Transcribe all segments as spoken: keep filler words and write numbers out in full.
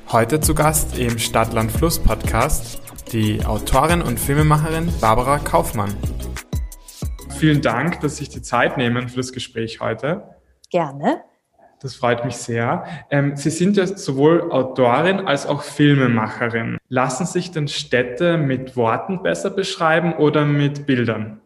Heute zu Gast im Stadt-Land-Fluss-Podcast die Autorin und Filmemacherin Barbara Kaufmann. Vielen Dank, dass Sie sich die Zeit nehmen für das Gespräch heute. Gerne. Das freut mich sehr. Ähm, Sie sind ja sowohl Autorin als auch Filmemacherin. Lassen sich denn Städte mit Worten besser beschreiben oder mit Bildern?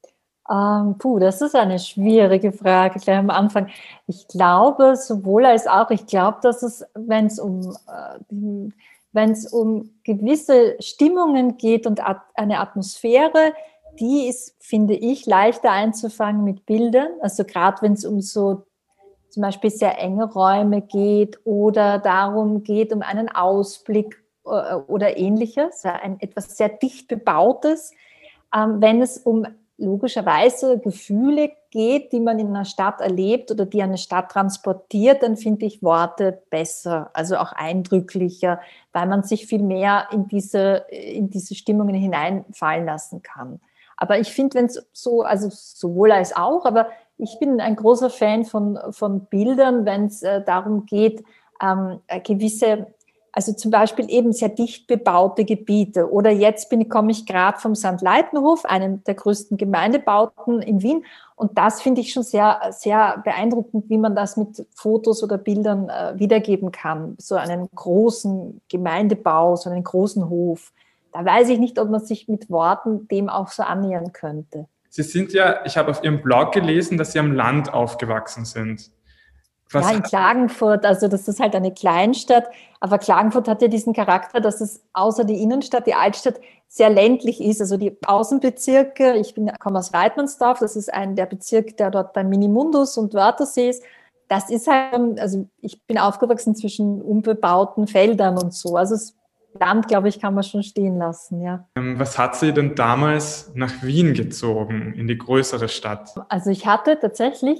Ähm, puh, das ist eine schwierige Frage gleich am Anfang. Ich glaube sowohl als auch. Ich glaube, dass es, wenn es um, äh, wenn es um gewisse Stimmungen geht und at- eine Atmosphäre, die ist, finde ich, leichter einzufangen mit Bildern. Also gerade wenn es um so zum Beispiel sehr enge Räume geht oder darum geht, um einen Ausblick äh, oder ähnliches, ja, ein etwas sehr dicht bebautes. Ähm, wenn es um logischerweise Gefühle geht, die man in einer Stadt erlebt oder die eine Stadt transportiert, dann finde ich Worte besser, also auch eindrücklicher, weil man sich viel mehr in diese, in diese Stimmungen hineinfallen lassen kann. Aber ich finde, wenn es so, also sowohl als auch, aber ich bin ein großer Fan von, von Bildern, wenn es äh, darum geht, ähm, gewisse, also zum Beispiel eben sehr dicht bebaute Gebiete. Oder jetzt bin, komme ich gerade vom Sankt Leitenhof, einem der größten Gemeindebauten in Wien. Und das finde ich schon sehr, sehr beeindruckend, wie man das mit Fotos oder Bildern äh, wiedergeben kann. So einen großen Gemeindebau, so einen großen Hof. Da weiß ich nicht, ob man sich mit Worten dem auch so annähern könnte. Sie sind ja, ich habe auf Ihrem Blog gelesen, dass Sie am Land aufgewachsen sind. Was Ja, in Klagenfurt, also das ist halt eine Kleinstadt, aber Klagenfurt hat ja diesen Charakter, dass es außer die Innenstadt, die Altstadt, sehr ländlich ist. Also die Außenbezirke, ich bin, komme aus Weidmannsdorf, das ist ein der Bezirk, der dort beim Minimundus und Wörthersee ist. Das ist halt, also ich bin aufgewachsen zwischen unbebauten Feldern und so. Also das Land, glaube ich, kann man schon stehen lassen, ja. ähm, was hat Sie denn damals nach Wien gezogen, in die größere Stadt? Also ich hatte tatsächlich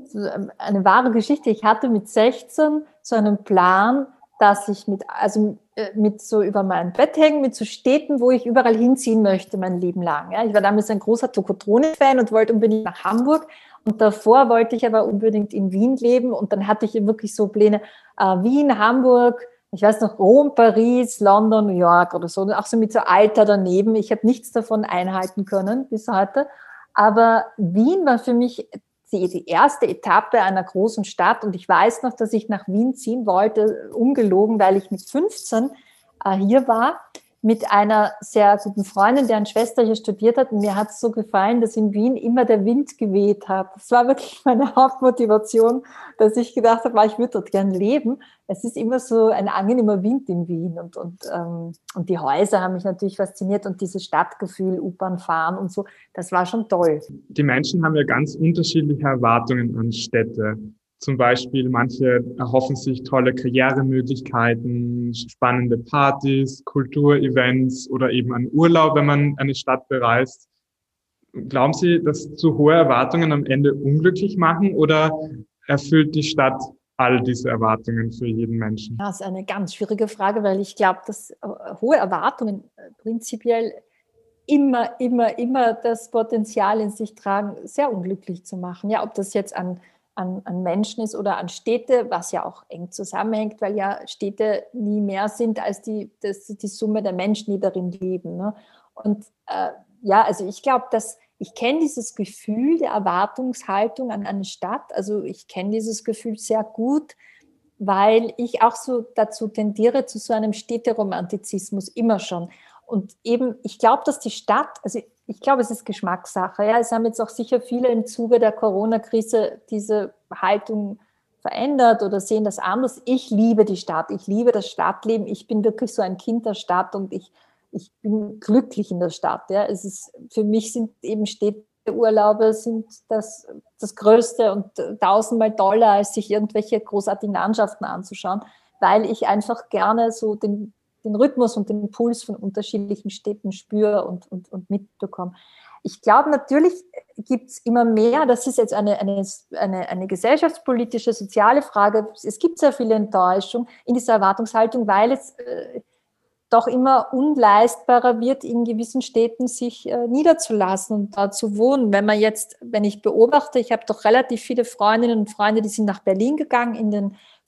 eine wahre Geschichte. Ich hatte mit sechzehn so einen Plan, dass ich mit, also mit so über mein Bett hängen, mit so Städten, wo ich überall hinziehen möchte, mein Leben lang. Ja, ich war damals ein großer Tokotronic-Fan und wollte unbedingt nach Hamburg. Und davor wollte ich aber unbedingt in Wien leben. Und dann hatte ich wirklich so Pläne, äh, Wien, Hamburg, ich weiß noch, Rom, Paris, London, New York oder so. Und auch so mit so Alter daneben. Ich habe nichts davon einhalten können bis heute. Aber Wien war für mich die, die erste Etappe einer großen Stadt. Und ich weiß noch, dass ich nach Wien ziehen wollte, ungelogen, weil ich mit fünfzehn äh, hier war, mit einer sehr guten Freundin, deren Schwester hier studiert hat. Und mir hat es so gefallen, dass in Wien immer der Wind geweht hat. Das war wirklich meine Hauptmotivation, dass ich gedacht habe, ich würde dort gern leben. Es ist immer so ein angenehmer Wind in Wien. Und, und, ähm, und die Häuser haben mich natürlich fasziniert und dieses Stadtgefühl, U-Bahn fahren und so, das war schon toll. Die Menschen haben ja ganz unterschiedliche Erwartungen an Städte. Zum Beispiel, manche erhoffen sich tolle Karrieremöglichkeiten, spannende Partys, Kulturevents oder eben einen Urlaub, wenn man eine Stadt bereist. Glauben Sie, dass zu hohe Erwartungen am Ende unglücklich machen oder erfüllt die Stadt all diese Erwartungen für jeden Menschen? Ja, das ist eine ganz schwierige Frage, weil ich glaube, dass äh, hohe Erwartungen äh, prinzipiell immer, immer, immer das Potenzial in sich tragen, sehr unglücklich zu machen. Ja, ob das jetzt an An, an Menschen ist oder an Städte, was ja auch eng zusammenhängt, weil ja Städte nie mehr sind als die, das, die Summe der Menschen, die darin leben. Ne? Und äh, ja, also ich glaube, dass ich kenne dieses Gefühl der Erwartungshaltung an eine Stadt. Also ich kenne dieses Gefühl sehr gut, weil ich auch so dazu tendiere, zu so einem Städteromantizismus immer schon. Und eben, ich glaube, dass die Stadt, also ich glaube, es ist Geschmackssache. Ja. Es haben jetzt auch sicher viele im Zuge der Corona-Krise diese Haltung verändert oder sehen das anders. Ich liebe die Stadt, ich liebe das Stadtleben. Ich bin wirklich so ein Kind der Stadt und ich, ich bin glücklich in der Stadt. Ja. Es ist, für mich sind eben Städteurlaube sind das, das Größte und tausendmal toller, als sich irgendwelche großartigen Landschaften anzuschauen, weil ich einfach gerne so den den Rhythmus und den Puls von unterschiedlichen Städten spüre und, und, und mitbekomme. Ich glaube, natürlich gibt es immer mehr, das ist jetzt eine, eine, eine, eine gesellschaftspolitische, soziale Frage, es gibt sehr viele Enttäuschung in dieser Erwartungshaltung, weil es äh, doch immer unleistbarer wird, in gewissen Städten sich äh, niederzulassen und da zu wohnen. Wenn man jetzt, wenn ich beobachte, ich habe doch relativ viele Freundinnen und Freunde, die sind nach Berlin gegangen in den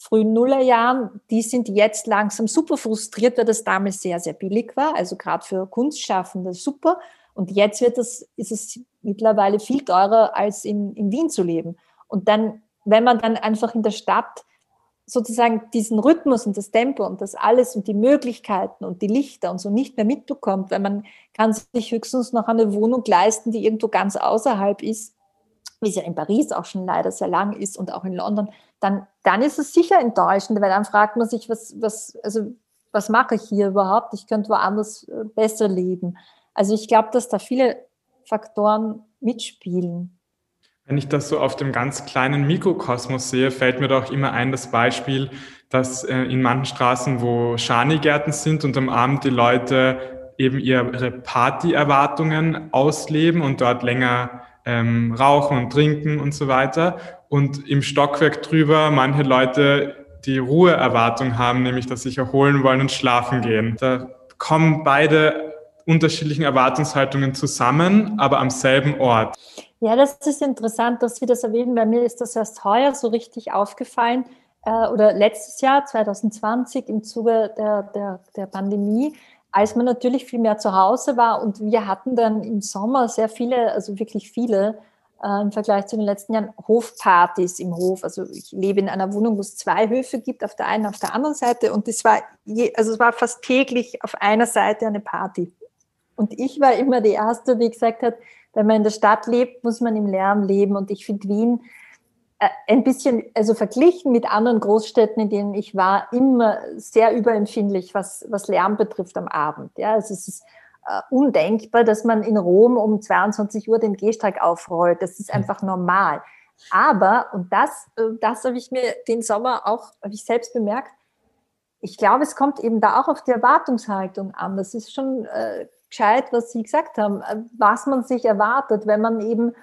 frühen Nullerjahren, die sind jetzt langsam super frustriert, weil das damals sehr, sehr billig war, also gerade für Kunstschaffende super. Und jetzt wird das, ist es mittlerweile viel teurer, als in, in Wien zu leben. Und dann, wenn man dann einfach in der Stadt sozusagen diesen Rhythmus und das Tempo und das alles und die Möglichkeiten und die Lichter und so nicht mehr mitbekommt, weil man kann sich höchstens noch eine Wohnung leisten, die irgendwo ganz außerhalb ist, wie es ja in Paris auch schon leider sehr lang ist und auch in London, dann, dann ist es sicher enttäuschend, weil dann fragt man sich, was, was, also, was mache ich hier überhaupt? Ich könnte woanders besser leben. Also ich glaube, dass da viele Faktoren mitspielen. Wenn ich das so auf dem ganz kleinen Mikrokosmos sehe, fällt mir doch immer ein das Beispiel, dass äh, in manchen Straßen, wo Schanigärten sind und am Abend die Leute eben ihre Partyerwartungen ausleben und dort länger ähm, rauchen und trinken und so weiter. Und im Stockwerk drüber manche Leute die Ruheerwartung haben, nämlich dass sie sich erholen wollen und schlafen gehen. Da kommen beide unterschiedlichen Erwartungshaltungen zusammen, aber am selben Ort. Ja, das ist interessant, dass Sie das erwähnen. Bei mir ist das erst heuer so richtig aufgefallen äh, oder letztes Jahr, zwanzig zwanzig, im Zuge der, der, der Pandemie, als man natürlich viel mehr zu Hause war und wir hatten dann im Sommer sehr viele, also wirklich viele, äh, im Vergleich zu den letzten Jahren, Hofpartys im Hof. Also ich lebe in einer Wohnung, wo es zwei Höfe gibt, auf der einen, auf der anderen Seite und das war, je, also es war fast täglich auf einer Seite eine Party. Und ich war immer die Erste, die gesagt hat, wenn man in der Stadt lebt, muss man im Lärm leben. Und ich finde Wien äh, ein bisschen, also verglichen mit anderen Großstädten, in denen ich war, immer sehr überempfindlich, was, was Lärm betrifft am Abend. Ja, also es ist äh, undenkbar, dass man in Rom um zweiundzwanzig Uhr den Gehsteig aufrollt. Das ist einfach normal. Aber, und das, äh, das habe ich mir den Sommer auch, habe ich selbst bemerkt, ich glaube, es kommt eben da auch auf die Erwartungshaltung an. Das ist schon äh, gescheit, was Sie gesagt haben, was man sich erwartet, wenn man eben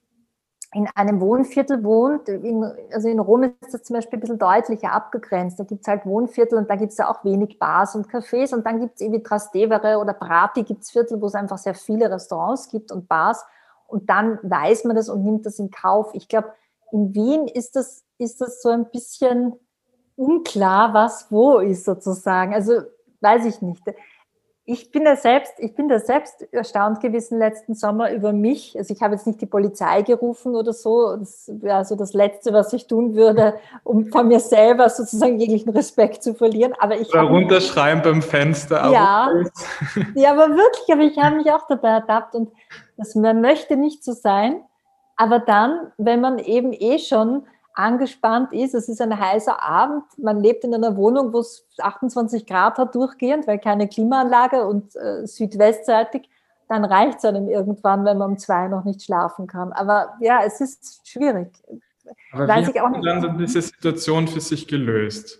in einem Wohnviertel wohnt. In, also in Rom ist das zum Beispiel ein bisschen deutlicher abgegrenzt. Da gibt es halt Wohnviertel und da gibt es ja auch wenig Bars und Cafés und dann gibt es irgendwie Trastevere oder Prati gibt es Viertel, wo es einfach sehr viele Restaurants gibt und Bars und dann weiß man das und nimmt das in Kauf. Ich glaube, in Wien ist das, ist das so ein bisschen unklar, was wo ist sozusagen. Also weiß ich nicht. Ich bin da selbst, ich bin da selbst erstaunt gewesen letzten Sommer über mich. Also ich habe jetzt nicht die Polizei gerufen oder so. Das wäre so das Letzte, was ich tun würde, um von mir selber sozusagen jeglichen Respekt zu verlieren. Aber ich oder runterschreien beim Fenster. Ja, ja, aber wirklich, aber ich habe mich auch dabei ertappt und das, man möchte nicht so sein. Aber dann, wenn man eben eh schon angespannt ist, es ist ein heißer Abend, man lebt in einer Wohnung, wo es achtundzwanzig Grad hat durchgehend, weil keine Klimaanlage und äh, südwestseitig, dann reicht es einem irgendwann, wenn man um zwei noch nicht schlafen kann. Aber ja, es ist schwierig. Aber Weiß wie ich auch haben Sie dann so diese Situation für sich gelöst?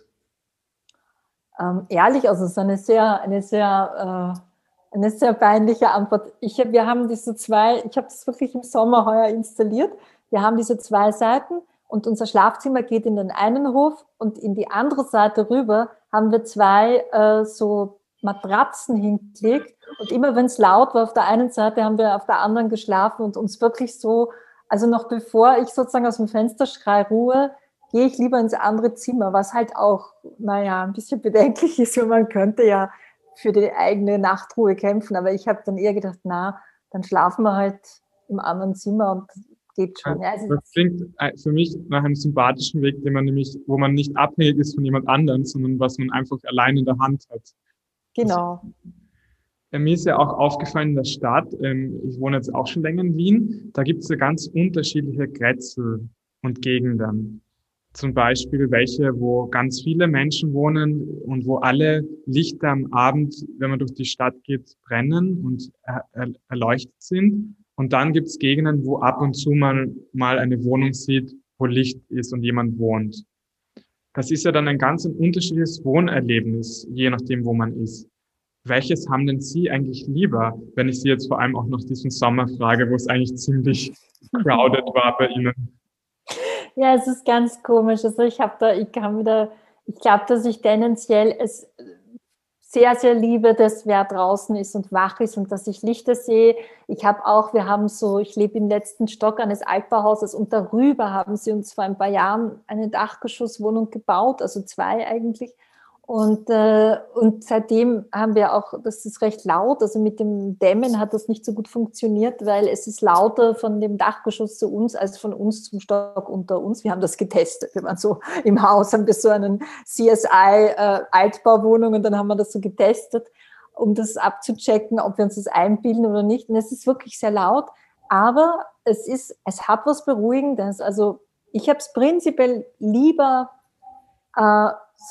Ähm, ehrlich, also es ist eine sehr, eine sehr, äh, eine sehr peinliche Antwort. Ich hab, wir haben diese zwei, ich habe das wirklich im Sommer heuer installiert. Wir haben diese zwei Seiten. Und unser Schlafzimmer geht in den einen Hof und in die andere Seite rüber haben wir zwei äh, so Matratzen hingelegt. Und immer wenn es laut war auf der einen Seite, haben wir auf der anderen geschlafen und uns wirklich so, also noch bevor ich sozusagen aus dem Fenster schreie, Ruhe, gehe ich lieber ins andere Zimmer, was halt auch, naja, ein bisschen bedenklich ist, weil man könnte ja für die eigene Nachtruhe kämpfen. Aber ich habe dann eher gedacht, na, dann schlafen wir halt im anderen Zimmer und geht schon. Ja, also das klingt für mich nach einem sympathischen Weg, den man nämlich, wo man nicht abhängig ist von jemand anderem, sondern was man einfach allein in der Hand hat. Genau. Das, mir ist ja auch aufgefallen in der Stadt, ähm, ich wohne jetzt auch schon länger in Wien, da gibt es ja ganz unterschiedliche Grätzel und Gegenden. Zum Beispiel welche, wo ganz viele Menschen wohnen und wo alle Lichter am Abend, wenn man durch die Stadt geht, brennen und er erleuchtet sind. Und dann gibt es Gegenden, wo ab und zu mal, mal eine Wohnung sieht, wo Licht ist und jemand wohnt. Das ist ja dann ein ganz ein unterschiedliches Wohnerlebnis, je nachdem, wo man ist. Welches haben denn Sie eigentlich lieber, wenn ich Sie jetzt vor allem auch nach diesem Sommer frage, wo es eigentlich ziemlich crowded war bei Ihnen? Ja, es ist ganz komisch. Also ich habe da, ich kann wieder, ich glaube, dass ich tendenziell es sehr, sehr liebe, dass wer draußen ist und wach ist und dass ich Lichter sehe. Ich habe auch, wir haben so, ich lebe im letzten Stock eines Altbauhauses und darüber haben sie uns vor ein paar Jahren eine Dachgeschosswohnung gebaut, also zwei eigentlich. Und, äh, und seitdem haben wir auch, das ist recht laut, also mit dem Dämmen hat das nicht so gut funktioniert, weil es ist lauter von dem Dachgeschoss zu uns als von uns zum Stock unter uns. Wir haben das getestet. Wir waren so im Haus, haben wir so einen C S I-Altbauwohnung äh, und dann haben wir das so getestet, um das abzuchecken, ob wir uns das einbilden oder nicht. Und es ist wirklich sehr laut, aber es ist, es hat was Beruhigendes. Also ich habe es prinzipiell lieber äh,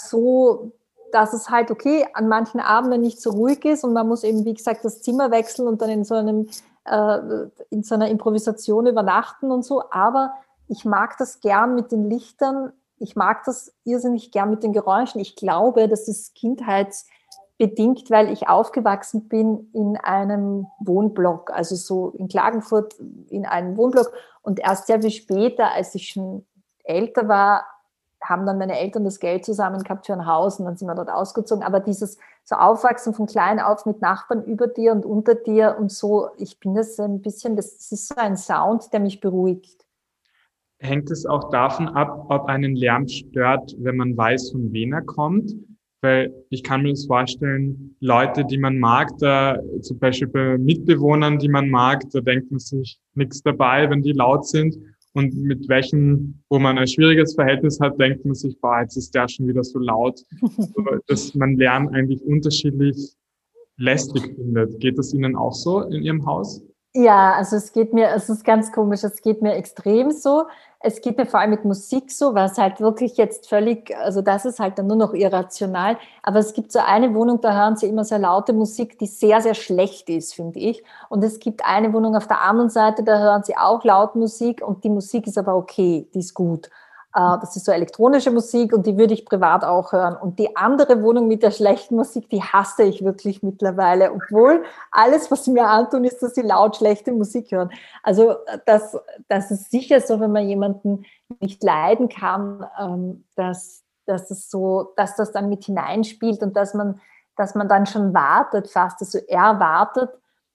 so, dass es halt, okay, an manchen Abenden nicht so ruhig ist und man muss eben, wie gesagt, das Zimmer wechseln und dann in so einem, äh, in so einer Improvisation übernachten und so. Aber ich mag das gern mit den Lichtern. Ich mag das irrsinnig gern mit den Geräuschen. Ich glaube, das ist kindheitsbedingt, weil ich aufgewachsen bin in einem Wohnblock, also so in Klagenfurt in einem Wohnblock. Und erst sehr viel später, als ich schon älter war, haben dann meine Eltern das Geld zusammen gehabt für ein Haus und dann sind wir dort ausgezogen. Aber dieses so Aufwachsen von klein auf mit Nachbarn über dir und unter dir und so, ich bin das ein bisschen, das ist so ein Sound, der mich beruhigt. Hängt es auch davon ab, ob einen Lärm stört, wenn man weiß, von wem er kommt? Weil ich kann mir das vorstellen, Leute, die man mag, da zum Beispiel bei Mitbewohnern, die man mag, da denkt man sich nichts dabei, wenn die laut sind. Und mit welchen, wo man ein schwieriges Verhältnis hat, denkt man sich, boah, jetzt ist der schon wieder so laut, dass man Lärm eigentlich unterschiedlich lästig findet. Geht das Ihnen auch so in Ihrem Haus? Ja, also es geht mir, es ist ganz komisch, es geht mir extrem so. Es geht mir vor allem mit Musik so, was halt wirklich jetzt völlig, also das ist halt dann nur noch irrational. Aber es gibt so eine Wohnung, da hören Sie immer sehr laute Musik, die sehr, sehr schlecht ist, finde ich. Und es gibt eine Wohnung auf der anderen Seite, da hören Sie auch laut Musik und die Musik ist aber okay, die ist gut. Das ist so elektronische Musik und die würde ich privat auch hören. Und die andere Wohnung mit der schlechten Musik, die hasse ich wirklich mittlerweile. Obwohl alles, was sie mir antun, ist, dass sie laut schlechte Musik hören. Also das, das ist sicher so, wenn man jemanden nicht leiden kann, dass, dass, es so, dass das dann mit hineinspielt und dass man, dass man dann schon wartet fast. Also er wartet,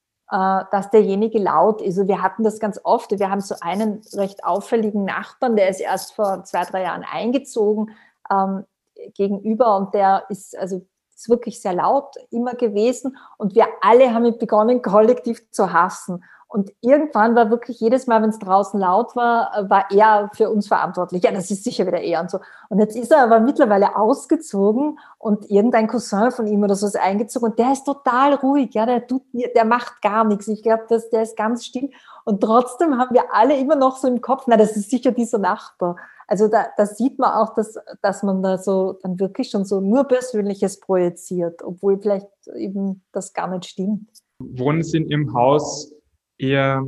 dass derjenige laut ist. Also wir hatten das ganz oft. Wir haben so einen recht auffälligen Nachbarn, der ist erst vor zwei, drei Jahren eingezogen ähm, gegenüber und der ist also ist wirklich sehr laut immer gewesen und wir alle haben begonnen, kollektiv zu hassen. Und irgendwann war wirklich jedes Mal, wenn es draußen laut war, war er für uns verantwortlich. Ja, das ist sicher wieder er und so. Und jetzt ist er aber mittlerweile ausgezogen und irgendein Cousin von ihm oder so ist eingezogen und der ist total ruhig. Ja, der tut, der macht gar nichts. Ich glaube, dass der ist ganz still. Und trotzdem haben wir alle immer noch so im Kopf, na, das ist sicher dieser Nachbar. Also da, da sieht man auch, dass, dass man da so dann wirklich schon so nur Persönliches projiziert, obwohl vielleicht eben das gar nicht stimmt. Wohnen Sie in Ihrem Haus eher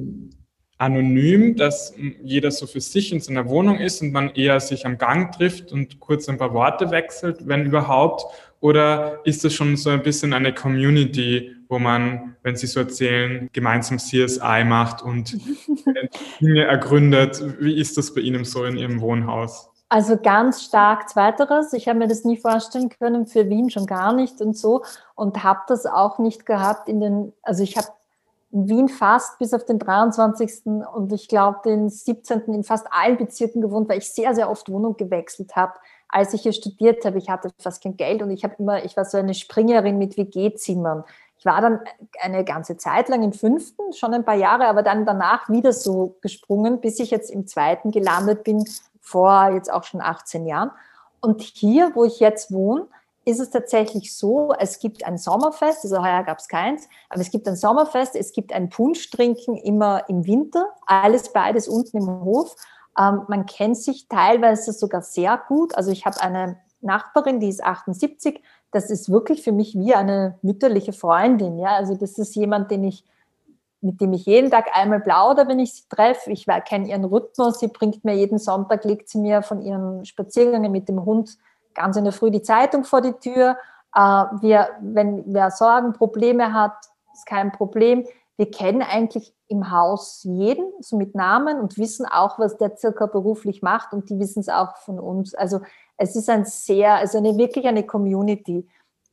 anonym, dass jeder so für sich in seiner Wohnung ist und man eher sich am Gang trifft und kurz ein paar Worte wechselt, wenn überhaupt? Oder ist das schon so ein bisschen eine Community, wo man, wenn Sie so erzählen, gemeinsam C S I macht und Dinge ergründet? Wie ist das bei Ihnen so in Ihrem Wohnhaus? Also ganz stark Zweiteres. Ich habe mir das nie vorstellen können, für Wien schon gar nicht und so und habe das auch nicht gehabt in den, also ich habe in Wien fast bis auf den dreiundzwanzigsten und ich glaube den siebzehnten in fast allen Bezirken gewohnt, weil ich sehr, sehr oft Wohnung gewechselt habe, als ich hier studiert habe. Ich hatte fast kein Geld und ich habe immer, ich war so eine Springerin mit W G-Zimmern. Ich war dann eine ganze Zeit lang im fünften, schon ein paar Jahre, aber dann danach wieder so gesprungen, bis ich jetzt im zweiten gelandet bin, vor jetzt auch schon achtzehn Jahren. Und hier, wo ich jetzt wohne, ist es tatsächlich so, es gibt ein Sommerfest, also heuer gab es keins, aber es gibt ein Sommerfest, es gibt ein Punschtrinken immer im Winter, alles beides unten im Hof. Ähm, man kennt sich teilweise sogar sehr gut. Also ich habe eine Nachbarin, die ist achtundsiebzig, das ist wirklich für mich wie eine mütterliche Freundin. Ja? Also das ist jemand, den ich, mit dem ich jeden Tag einmal plaudere, wenn ich sie treffe. Ich kenne ihren Rhythmus, sie bringt mir jeden Sonntag, legt sie mir von ihren Spaziergängen mit dem Hund ganz in der Früh die Zeitung vor die Tür. Äh, wir, wenn wer Sorgen, Probleme hat, ist kein Problem. Wir kennen eigentlich im Haus jeden, so mit Namen und wissen auch, was der circa beruflich macht und die wissen es auch von uns. Also es ist ein sehr, also eine, wirklich eine Community.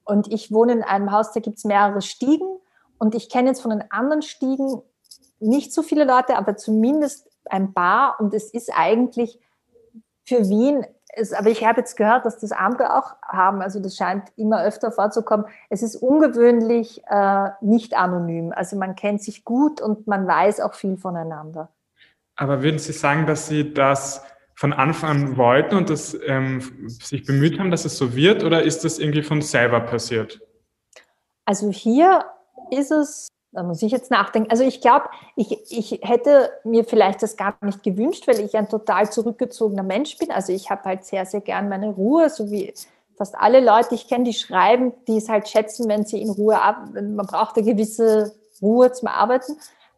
Und ich wohne in einem Haus, da gibt es mehrere Stiegen. Und ich kenne jetzt von den anderen Stiegen nicht so viele Leute, aber zumindest ein paar. Und es ist eigentlich für Wien, es, aber ich habe jetzt gehört, dass das andere auch haben. Also das scheint immer öfter vorzukommen. Es ist ungewöhnlich äh, nicht anonym. Also man kennt sich gut und man weiß auch viel voneinander. Aber würden Sie sagen, dass Sie das von Anfang an wollten und das, ähm, sich bemüht haben, dass es so wird, oder ist das irgendwie von selber passiert? Also hier ist es, da muss ich jetzt nachdenken, also ich glaube, ich, ich hätte mir vielleicht das gar nicht gewünscht, weil ich ein total zurückgezogener Mensch bin. Also ich habe halt sehr, sehr gern meine Ruhe, so wie fast alle Leute, die ich kenne, die schreiben, die es halt schätzen, wenn sie in Ruhe arbeiten. Man braucht eine gewisse Ruhe zum Arbeiten.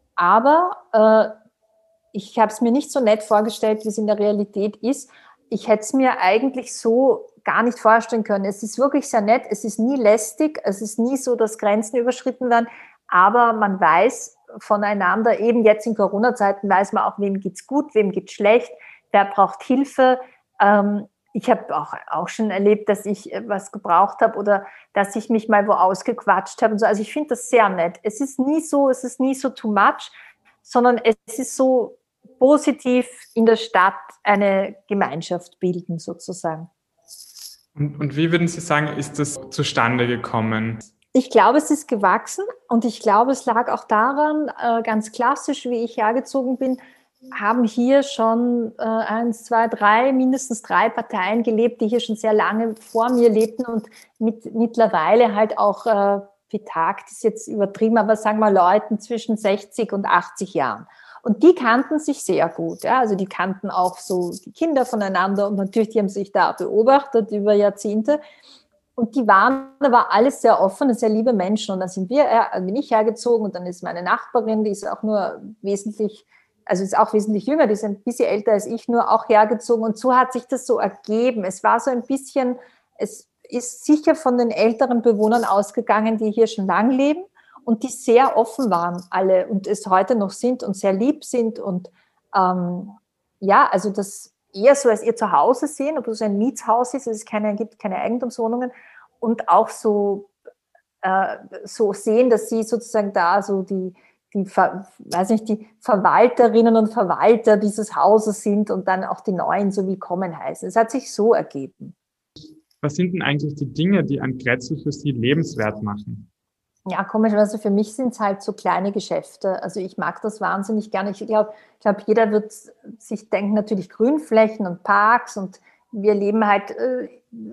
Aber äh, ich habe es mir nicht so nett vorgestellt, wie es in der Realität ist. Ich hätte es mir eigentlich so gar nicht vorstellen können. Es ist wirklich sehr nett, es ist nie lästig, es ist nie so, dass Grenzen überschritten werden, aber man weiß voneinander, eben jetzt in Corona-Zeiten weiß man auch, wem geht's gut, wem geht's schlecht, wer braucht Hilfe. Ähm, ich habe auch, auch schon erlebt, dass ich was gebraucht habe oder dass ich mich mal wo ausgequatscht habe und so. Also ich finde das sehr nett. Es ist nie so, es ist nie so too much, sondern es ist so positiv in der Stadt eine Gemeinschaft bilden, sozusagen. Und, und wie würden Sie sagen, ist das zustande gekommen? Ich glaube, es ist gewachsen und ich glaube, es lag auch daran, äh, ganz klassisch, wie ich hergezogen bin, haben hier schon äh, eins, zwei, drei, mindestens drei Parteien gelebt, die hier schon sehr lange vor mir lebten und mit, mittlerweile halt auch äh, betagt, ist jetzt übertrieben, aber sagen wir Leuten zwischen sechzig und achtzig Jahren. Und die kannten sich sehr gut. Ja? Also die kannten auch so die Kinder voneinander und natürlich, die haben sich da beobachtet über Jahrzehnte. Und die waren aber alles sehr offene, sehr liebe Menschen. Und dann sind wir, äh, bin ich hergezogen und dann ist meine Nachbarin, die ist auch nur wesentlich, also ist auch wesentlich jünger, die ist ein bisschen älter als ich, nur auch hergezogen. Und so hat sich das so ergeben. Es war so ein bisschen, es ist sicher von den älteren Bewohnern ausgegangen, die hier schon lang leben und die sehr offen waren alle und es heute noch sind und sehr lieb sind. Und ähm, ja, also das eher so als ihr Zuhause sehen, obwohl es ein Mietshaus ist, es keine, gibt keine Eigentumswohnungen und auch so, äh, so sehen, dass sie sozusagen da so die, die, weiß nicht, die Verwalterinnen und Verwalter dieses Hauses sind und dann auch die Neuen so willkommen heißen. Es hat sich so ergeben. Was sind denn eigentlich die Dinge, die ein Grätzl für Sie lebenswert machen? Ja, komischerweise für mich sind es halt so kleine Geschäfte. Also ich mag das wahnsinnig gerne. Ich glaube, ich glaube, jeder wird sich denken, natürlich Grünflächen und Parks und wir leben halt äh,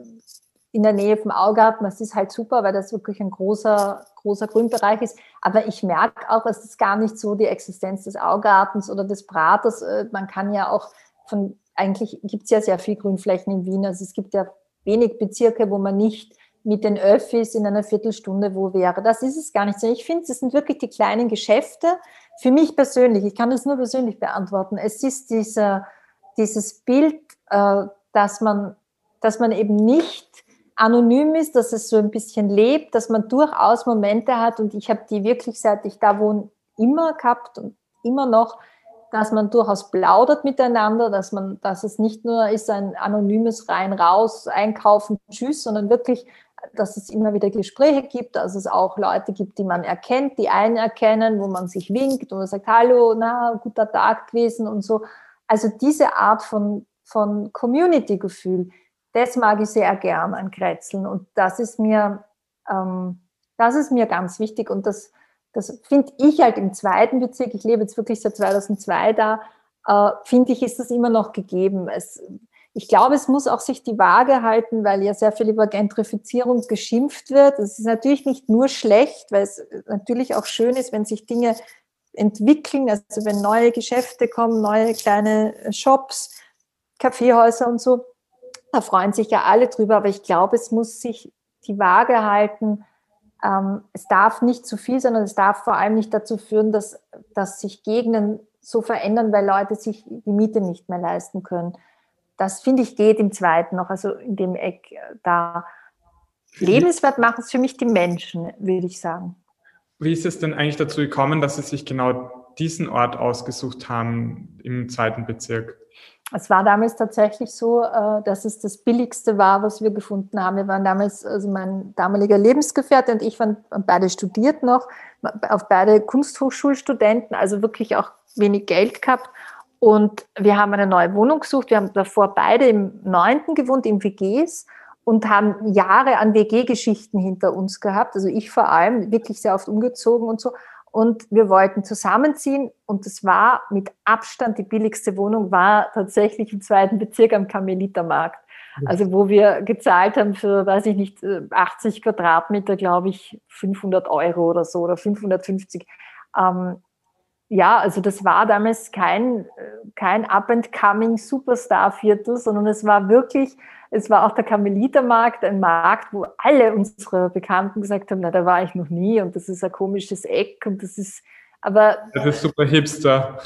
in der Nähe vom Augarten. Das ist halt super, weil das wirklich ein großer, großer Grünbereich ist. Aber ich merke auch, es ist gar nicht so die Existenz des Augartens oder des Prates. Man kann ja auch von, eigentlich gibt es ja sehr viel Grünflächen in Wien. Also es gibt ja wenig Bezirke, wo man nicht mit den Öffis in einer Viertelstunde wo wäre. Das ist es gar nicht so. Ich finde, es sind wirklich die kleinen Geschäfte. Für mich persönlich, ich kann das nur persönlich beantworten, es ist dieser, dieses Bild, äh, dass man, dass man eben nicht anonym ist, dass es so ein bisschen lebt, dass man durchaus Momente hat und ich habe die wirklich, seit ich da wohne, immer gehabt und immer noch, dass man durchaus plaudert miteinander, dass man, dass es nicht nur ist ein anonymes rein raus, einkaufen, tschüss, sondern wirklich, dass es immer wieder Gespräche gibt, dass es auch Leute gibt, die man erkennt, die einen erkennen, wo man sich winkt und man sagt, hallo, na, guter Tag gewesen und so. Also diese Art von, von Community-Gefühl, das mag ich sehr gern an Grätzln und das ist mir, ähm, das ist mir ganz wichtig und das Das finde ich halt im zweiten Bezirk, ich lebe jetzt wirklich seit zweitausendzwei da, äh, finde ich, ist das immer noch gegeben. Es, ich glaube, es muss auch sich die Waage halten, weil ja sehr viel über Gentrifizierung geschimpft wird. Es ist natürlich nicht nur schlecht, weil es natürlich auch schön ist, wenn sich Dinge entwickeln, also wenn neue Geschäfte kommen, neue kleine Shops, Kaffeehäuser und so. Da freuen sich ja alle drüber, aber ich glaube, es muss sich die Waage halten. Ähm, es darf nicht zu viel, sondern es darf vor allem nicht dazu führen, dass, dass sich Gegenden so verändern, weil Leute sich die Miete nicht mehr leisten können. Das, finde ich, geht im zweiten noch, also in dem Eck da. Lebenswert machen es für mich die Menschen, würde ich sagen. Wie ist es denn eigentlich dazu gekommen, dass Sie sich genau diesen Ort ausgesucht haben im zweiten Bezirk? Es war damals tatsächlich so, dass es das Billigste war, was wir gefunden haben. Wir waren damals, also mein damaliger Lebensgefährte und ich waren beide studiert noch, auf beide Kunsthochschulstudenten, also wirklich auch wenig Geld gehabt. Und wir haben eine neue Wohnung gesucht. Wir haben davor beide im Neunten gewohnt, in W Gs und haben Jahre an W G-Geschichten hinter uns gehabt. Also ich vor allem, wirklich sehr oft umgezogen und so. Und wir wollten zusammenziehen und das war mit Abstand die billigste Wohnung, war tatsächlich im zweiten Bezirk am Karmelitermarkt. Also wo wir gezahlt haben für, weiß ich nicht, achtzig Quadratmeter, glaube ich, fünfhundert Euro oder so oder fünfhundertfünfzig. Ähm, ja, also das war damals kein, kein up-and-coming Superstar-Viertel, sondern es war wirklich, es war auch der Karmelitermarkt, ein Markt, wo alle unsere Bekannten gesagt haben, na, da war ich noch nie und das ist ein komisches Eck und das ist, aber... Das ist super Hipster.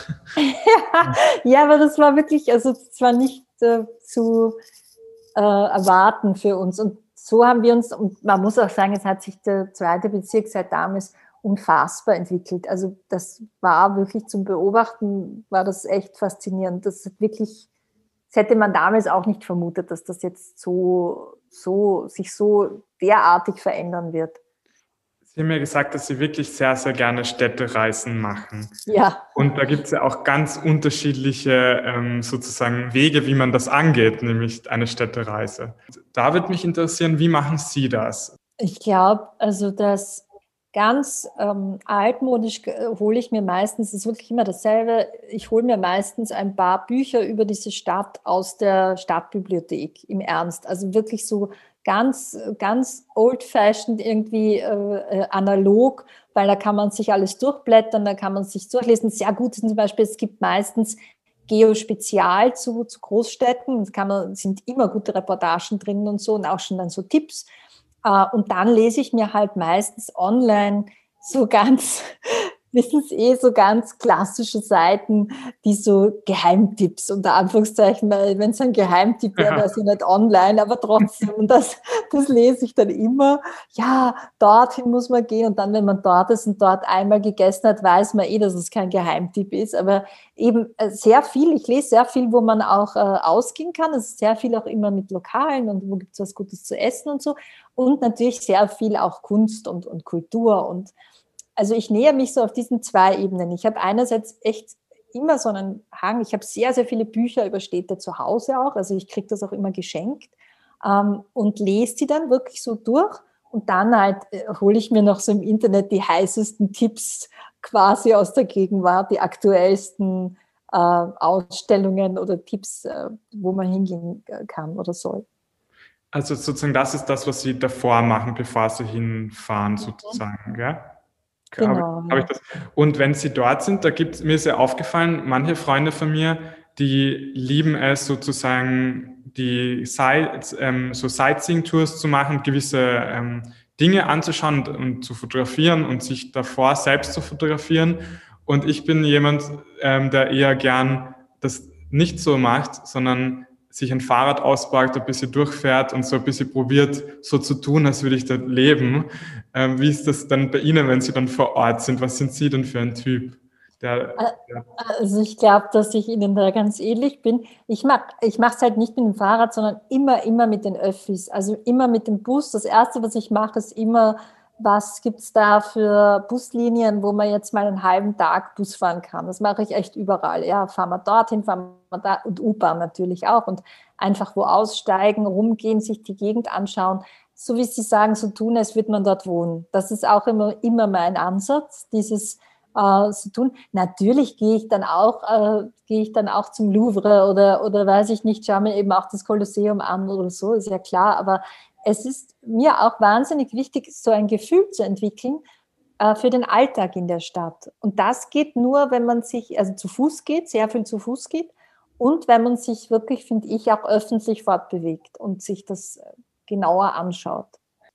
Ja, aber das war wirklich, also es war nicht äh, zu äh, erwarten für uns und so haben wir uns, und man muss auch sagen, es hat sich der zweite Bezirk seit damals unfassbar entwickelt. Also das war wirklich zum Beobachten, war das echt faszinierend. Das hat wirklich, das hätte man damals auch nicht vermutet, dass das jetzt so, so, sich so derartig verändern wird. Sie haben ja gesagt, dass Sie wirklich sehr, sehr gerne Städtereisen machen. Ja. Und da gibt es ja auch ganz unterschiedliche ähm, sozusagen Wege, wie man das angeht, nämlich eine Städtereise. Da würde mich interessieren, wie machen Sie das? Ich glaube, also das ganz ähm, altmodisch äh, hole ich mir meistens, es ist wirklich immer dasselbe, ich hole mir meistens ein paar Bücher über diese Stadt aus der Stadtbibliothek, im Ernst. Also wirklich so ganz, ganz old-fashioned irgendwie äh, analog, weil da kann man sich alles durchblättern, da kann man sich durchlesen. Sehr gut ist zum Beispiel, es gibt meistens Geo-Spezial zu, zu Großstädten, es kann man, sind immer gute Reportagen drin und so und auch schon dann so Tipps. Und dann lese ich mir halt meistens online so ganz, wissen Sie eh, so ganz klassische Seiten, die so Geheimtipps, unter Anführungszeichen, weil wenn es ein Geheimtipp wäre, wäre es ja nicht online, aber trotzdem, und das, das lese ich dann immer, ja, dorthin muss man gehen und dann, wenn man dort ist und dort einmal gegessen hat, weiß man eh, dass es kein Geheimtipp ist, aber eben sehr viel, ich lese sehr viel, wo man auch äh, ausgehen kann, es ist sehr viel auch immer mit Lokalen und wo gibt es was Gutes zu essen und so und natürlich sehr viel auch Kunst und, und Kultur und also ich nähe mich so auf diesen zwei Ebenen. Ich habe einerseits echt immer so einen Hang, ich habe sehr, sehr viele Bücher über Städte zu Hause auch, also ich kriege das auch immer geschenkt ähm, und lese die dann wirklich so durch und dann halt äh, hole ich mir noch so im Internet die heißesten Tipps quasi aus der Gegenwart, die aktuellsten äh, Ausstellungen oder Tipps, äh, wo man hingehen kann oder soll. Also sozusagen das ist das, was Sie davor machen, bevor Sie hinfahren sozusagen, gell? Genau. Habe ich das. Und wenn Sie dort sind, da gibt mir ist ja aufgefallen, manche Freunde von mir, die lieben es sozusagen, die Sight, ähm, so Sightseeing-Tours zu machen, gewisse ähm, Dinge anzuschauen und, und zu fotografieren und sich davor selbst zu fotografieren. Und ich bin jemand, ähm, der eher gern das nicht so macht, sondern sich ein Fahrrad auspackt, ein bisschen durchfährt und so ein bisschen probiert, so zu tun, als würde ich dort leben. Ähm, wie ist das dann bei Ihnen, wenn Sie dann vor Ort sind? Was sind Sie denn für ein Typ? Der, der also ich glaube, dass ich Ihnen da ganz ähnlich bin. Ich mache ich es halt nicht mit dem Fahrrad, sondern immer, immer mit den Öffis. Also immer mit dem Bus. Das Erste, was ich mache, ist immer, was gibt es da für Buslinien, wo man jetzt mal einen halben Tag Bus fahren kann. Das mache ich echt überall. Ja, fahren wir dorthin, fahren wir da und U-Bahn natürlich auch. Und einfach wo aussteigen, rumgehen, sich die Gegend anschauen. So wie Sie sagen, so tun, als würde man dort wohnen. Das ist auch immer, immer mein Ansatz, dieses äh, so tun. Natürlich gehe ich dann auch, äh, gehe ich dann auch zum Louvre oder, oder weiß ich nicht, schaue mir eben auch das Kolosseum an oder so, ist ja klar. Aber es ist mir auch wahnsinnig wichtig, so ein Gefühl zu entwickeln äh, für den Alltag in der Stadt. Und das geht nur, wenn man sich, also zu Fuß geht, sehr viel zu Fuß geht und wenn man sich wirklich, finde ich, auch öffentlich fortbewegt und sich das genauer anschaut.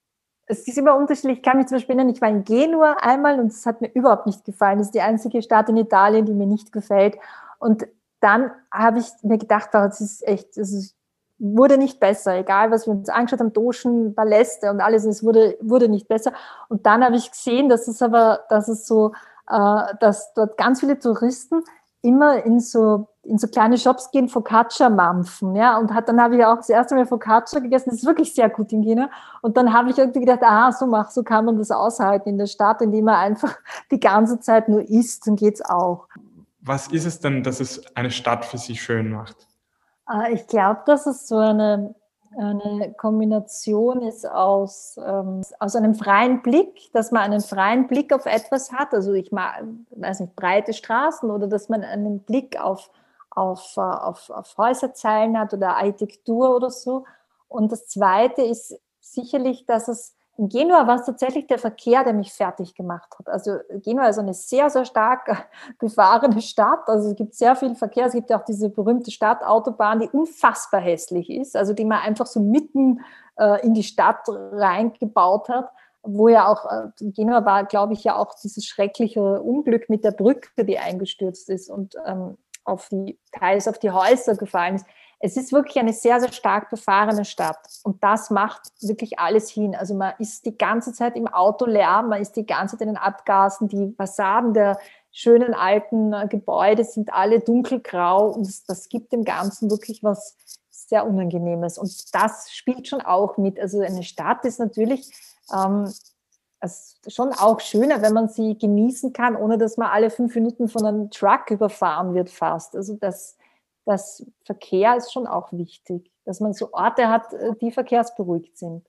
Es ist immer unterschiedlich. Ich kann mich zum Beispiel erinnern, ich war in Genua einmal und es hat mir überhaupt nicht gefallen. Das ist die einzige Stadt in Italien, die mir nicht gefällt. Und dann habe ich mir gedacht, das ist echt, es wurde nicht besser. Egal, was wir uns angeschaut haben, Dogen, Paläste und alles, es wurde, wurde nicht besser. Und dann habe ich gesehen, dass es aber, dass es so, äh, dass dort ganz viele Touristen immer in so in so kleine Shops gehen, Focaccia mampfen, ja, und hat, dann habe ich auch das erste Mal Focaccia gegessen, das ist wirklich sehr gut in China, und dann habe ich irgendwie gedacht, ah, so mach, so kann man das aushalten in der Stadt, indem man einfach die ganze Zeit nur isst, dann geht's auch. Was ist es denn, dass es eine Stadt für Sie schön macht? Ich glaube, dass es so eine, eine Kombination ist aus, ähm, aus einem freien Blick, dass man einen freien Blick auf etwas hat. Also ich mag, weiß nicht, breite Straßen, oder dass man einen Blick auf, auf, auf, auf Häuserzeilen hat oder Architektur oder so. Und das Zweite ist sicherlich, dass es in Genua war es tatsächlich der Verkehr, der mich fertig gemacht hat. Also Genua ist eine sehr, sehr stark befahrene Stadt. Also es gibt sehr viel Verkehr. Es gibt ja auch diese berühmte Stadtautobahn, die unfassbar hässlich ist, also die man einfach so mitten äh, in die Stadt reingebaut hat, wo ja auch, äh, Genua war, glaube ich, ja auch dieses schreckliche Unglück mit der Brücke, die eingestürzt ist und ähm, auf die, teils auf die Häuser gefallen ist. Es ist wirklich eine sehr, sehr stark befahrene Stadt, und das macht wirklich alles hin. Also man ist die ganze Zeit im Autolärm, man ist die ganze Zeit in den Abgasen, die Fassaden der schönen alten Gebäude sind alle dunkelgrau, und das, das gibt dem Ganzen wirklich was sehr Unangenehmes, und das spielt schon auch mit. Also eine Stadt ist natürlich ähm, es ist schon auch schöner, wenn man sie genießen kann, ohne dass man alle fünf Minuten von einem Truck überfahren wird fast. Also das Das Verkehr ist schon auch wichtig, dass man so Orte hat, die verkehrsberuhigt sind.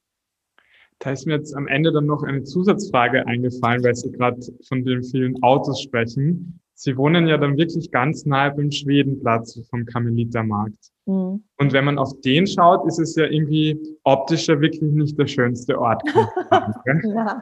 Da ist mir jetzt am Ende dann noch eine Zusatzfrage eingefallen, weil Sie gerade von den vielen Autos sprechen. Sie wohnen ja dann wirklich ganz nahe beim Schwedenplatz vom Karmelitermarkt. Mhm. Und wenn man auf den schaut, ist es ja irgendwie optisch ja wirklich nicht der schönste Ort. Na,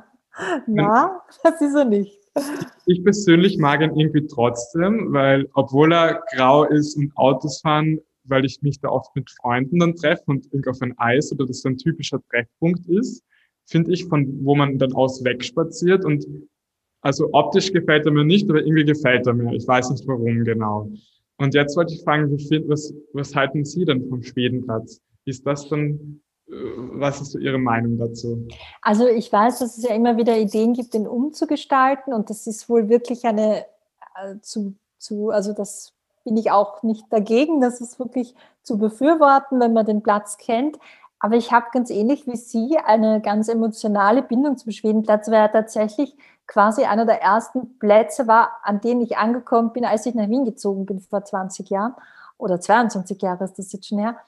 na, das ist er nicht. Ich persönlich mag ihn irgendwie trotzdem, weil obwohl er grau ist und Autos fahren, weil ich mich da oft mit Freunden dann treffe und irgendwie auf ein Eis oder das so ein typischer Treffpunkt ist, finde ich, von wo man dann aus wegspaziert, und also optisch gefällt er mir nicht, aber irgendwie gefällt er mir. Ich weiß nicht warum genau. Und jetzt wollte ich fragen, wie viel, was, was halten Sie denn vom Schwedenplatz? Ist das dann, was ist so Ihre Meinung dazu? Also ich weiß, dass es ja immer wieder Ideen gibt, den umzugestalten, und das ist wohl wirklich eine äh, zu, zu, also das bin ich auch nicht dagegen, das ist wirklich zu befürworten, wenn man den Platz kennt. Aber ich habe ganz ähnlich wie Sie eine ganz emotionale Bindung zum Schwedenplatz, weil er tatsächlich quasi einer der ersten Plätze war, an denen ich angekommen bin, als ich nach Wien gezogen bin vor zwanzig Jahren, oder zweiundzwanzig Jahre ist das jetzt schon her.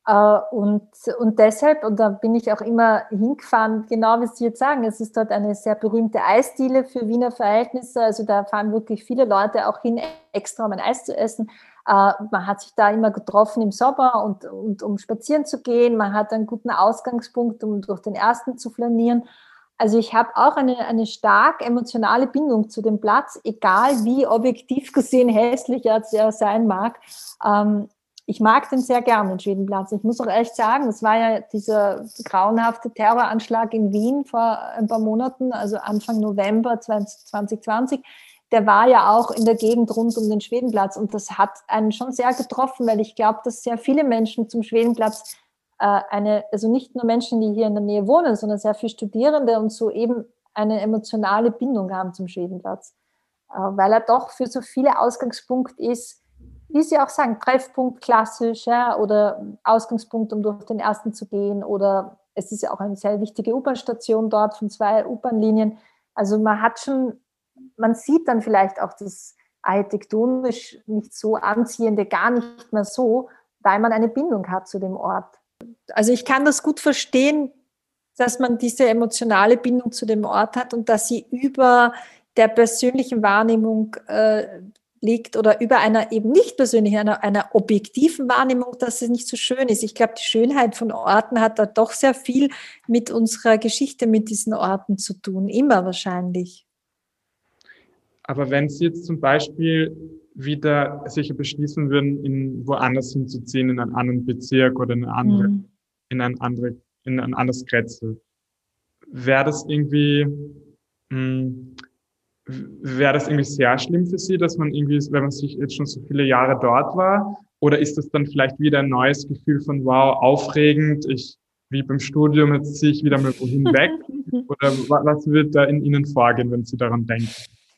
Und, und deshalb, und da bin ich auch immer hingefahren, genau wie Sie jetzt sagen, es ist dort eine sehr berühmte Eisdiele für Wiener Verhältnisse, also da fahren wirklich viele Leute auch hin, extra um ein Eis zu essen. Man hat sich da immer getroffen im Sommer, und, und um spazieren zu gehen, man hat einen guten Ausgangspunkt, um durch den ersten zu flanieren. Also ich habe auch eine, eine stark emotionale Bindung zu dem Platz, egal wie objektiv gesehen hässlich er sein mag. Ähm, Ich mag den sehr gern, den Schwedenplatz. Ich muss auch echt sagen, es war ja dieser grauenhafte Terroranschlag in Wien vor ein paar Monaten, also Anfang November zwanzig zwanzig. Der war ja auch in der Gegend rund um den Schwedenplatz, und das hat einen schon sehr getroffen, weil ich glaube, dass sehr viele Menschen zum Schwedenplatz äh, eine, also nicht nur Menschen, die hier in der Nähe wohnen, sondern sehr viele Studierende und so eben eine emotionale Bindung haben zum Schwedenplatz, äh, weil er doch für so viele Ausgangspunkt ist, wie Sie auch sagen, Treffpunkt klassisch, ja, oder Ausgangspunkt, um durch den ersten zu gehen, oder es ist ja auch eine sehr wichtige U-Bahn-Station dort von zwei U-Bahn-Linien. Also man hat schon, man sieht dann vielleicht auch das architektonisch nicht so anziehende gar nicht mehr so, weil man eine Bindung hat zu dem Ort. Also ich kann das gut verstehen, dass man diese emotionale Bindung zu dem Ort hat und dass sie über der persönlichen Wahrnehmung äh, liegt, oder über einer eben nicht persönlichen, einer, einer objektiven Wahrnehmung, dass es nicht so schön ist. Ich glaube, die Schönheit von Orten hat da doch sehr viel mit unserer Geschichte mit diesen Orten zu tun, immer wahrscheinlich. Aber wenn Sie jetzt zum Beispiel wieder sicher beschließen würden, in woanders hinzuziehen, in einen anderen Bezirk oder in, eine andere, mhm. in, ein, andere, in ein anderes Kretzel, wäre das irgendwie... Mh, Wäre das irgendwie sehr schlimm für Sie, dass man irgendwie, wenn man sich jetzt schon so viele Jahre dort war? Oder ist das dann vielleicht wieder ein neues Gefühl von, wow, aufregend, ich, wie beim Studium, jetzt ziehe ich wieder mal wohin weg? Oder was wird da in Ihnen vorgehen, wenn Sie daran denken?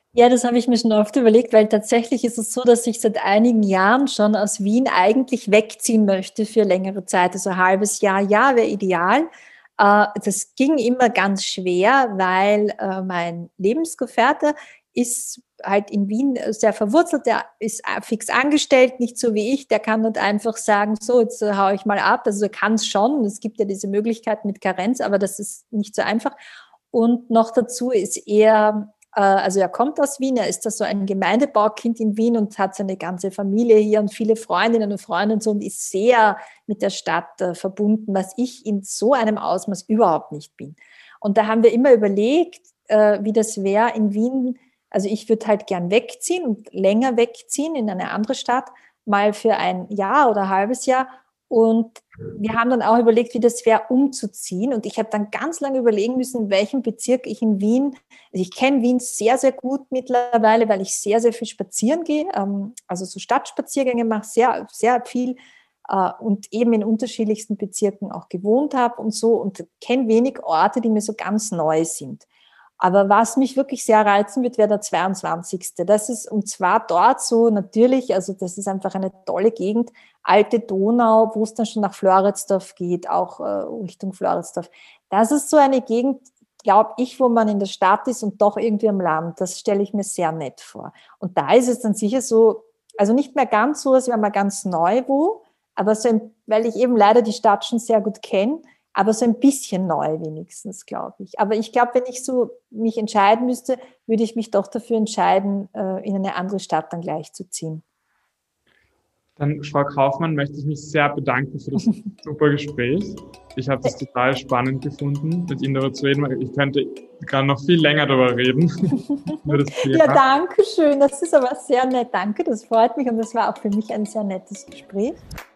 Ja, das habe ich mir schon oft überlegt, weil tatsächlich ist es so, dass ich seit einigen Jahren schon aus Wien eigentlich wegziehen möchte für längere Zeit. Also ein halbes Jahr, ja, wäre ideal. Äh, Das ging immer ganz schwer, weil äh, mein Lebensgefährte ist halt in Wien sehr verwurzelt, der ist fix angestellt, nicht so wie ich, der kann nicht einfach sagen, so, jetzt äh, haue ich mal ab. Also er kann es schon, es gibt ja diese Möglichkeit mit Karenz, aber das ist nicht so einfach. Und noch dazu ist er, äh, also er kommt aus Wien, er ist da so ein Gemeindebaukind in Wien und hat seine ganze Familie hier und viele Freundinnen und Freunde und so und ist sehr mit der Stadt äh, verbunden, was ich in so einem Ausmaß überhaupt nicht bin. Und da haben wir immer überlegt, äh, wie das wäre in Wien. Also ich würde halt gern wegziehen und länger wegziehen in eine andere Stadt, mal für ein Jahr oder ein halbes Jahr. Und wir haben dann auch überlegt, wie das wäre, umzuziehen. Und ich habe dann ganz lange überlegen müssen, in welchem Bezirk ich in Wien, also ich kenne Wien sehr, sehr gut mittlerweile, weil ich sehr, sehr viel spazieren gehe, ähm, also so Stadtspaziergänge mache, sehr, sehr viel äh, und eben in unterschiedlichsten Bezirken auch gewohnt habe und so und kenne wenig Orte, die mir so ganz neu sind. Aber was mich wirklich sehr reizen wird, wäre der zweiundzwanzigste. Das ist, und zwar dort so natürlich, also das ist einfach eine tolle Gegend, alte Donau, wo es dann schon nach Floridsdorf geht, auch äh, Richtung Floridsdorf. Das ist so eine Gegend, glaube ich, wo man in der Stadt ist und doch irgendwie am Land. Das stelle ich mir sehr nett vor. Und da ist es dann sicher so, also nicht mehr ganz so, als wäre man ganz neu wo, aber so, ein, weil ich eben leider die Stadt schon sehr gut kenne, aber so ein bisschen neu wenigstens, glaube ich. Aber ich glaube, wenn ich so mich entscheiden müsste, würde ich mich doch dafür entscheiden, äh, in eine andere Stadt dann gleich zu ziehen. Dann, Frau Kaufmann, möchte ich mich sehr bedanken für das super Gespräch. Ich habe das total spannend gefunden, mit Ihnen darüber zu reden, weil ich könnte gerade noch viel länger darüber reden. Über das Thema. Ja, danke schön. Das ist aber sehr nett. Danke, das freut mich und das war auch für mich ein sehr nettes Gespräch.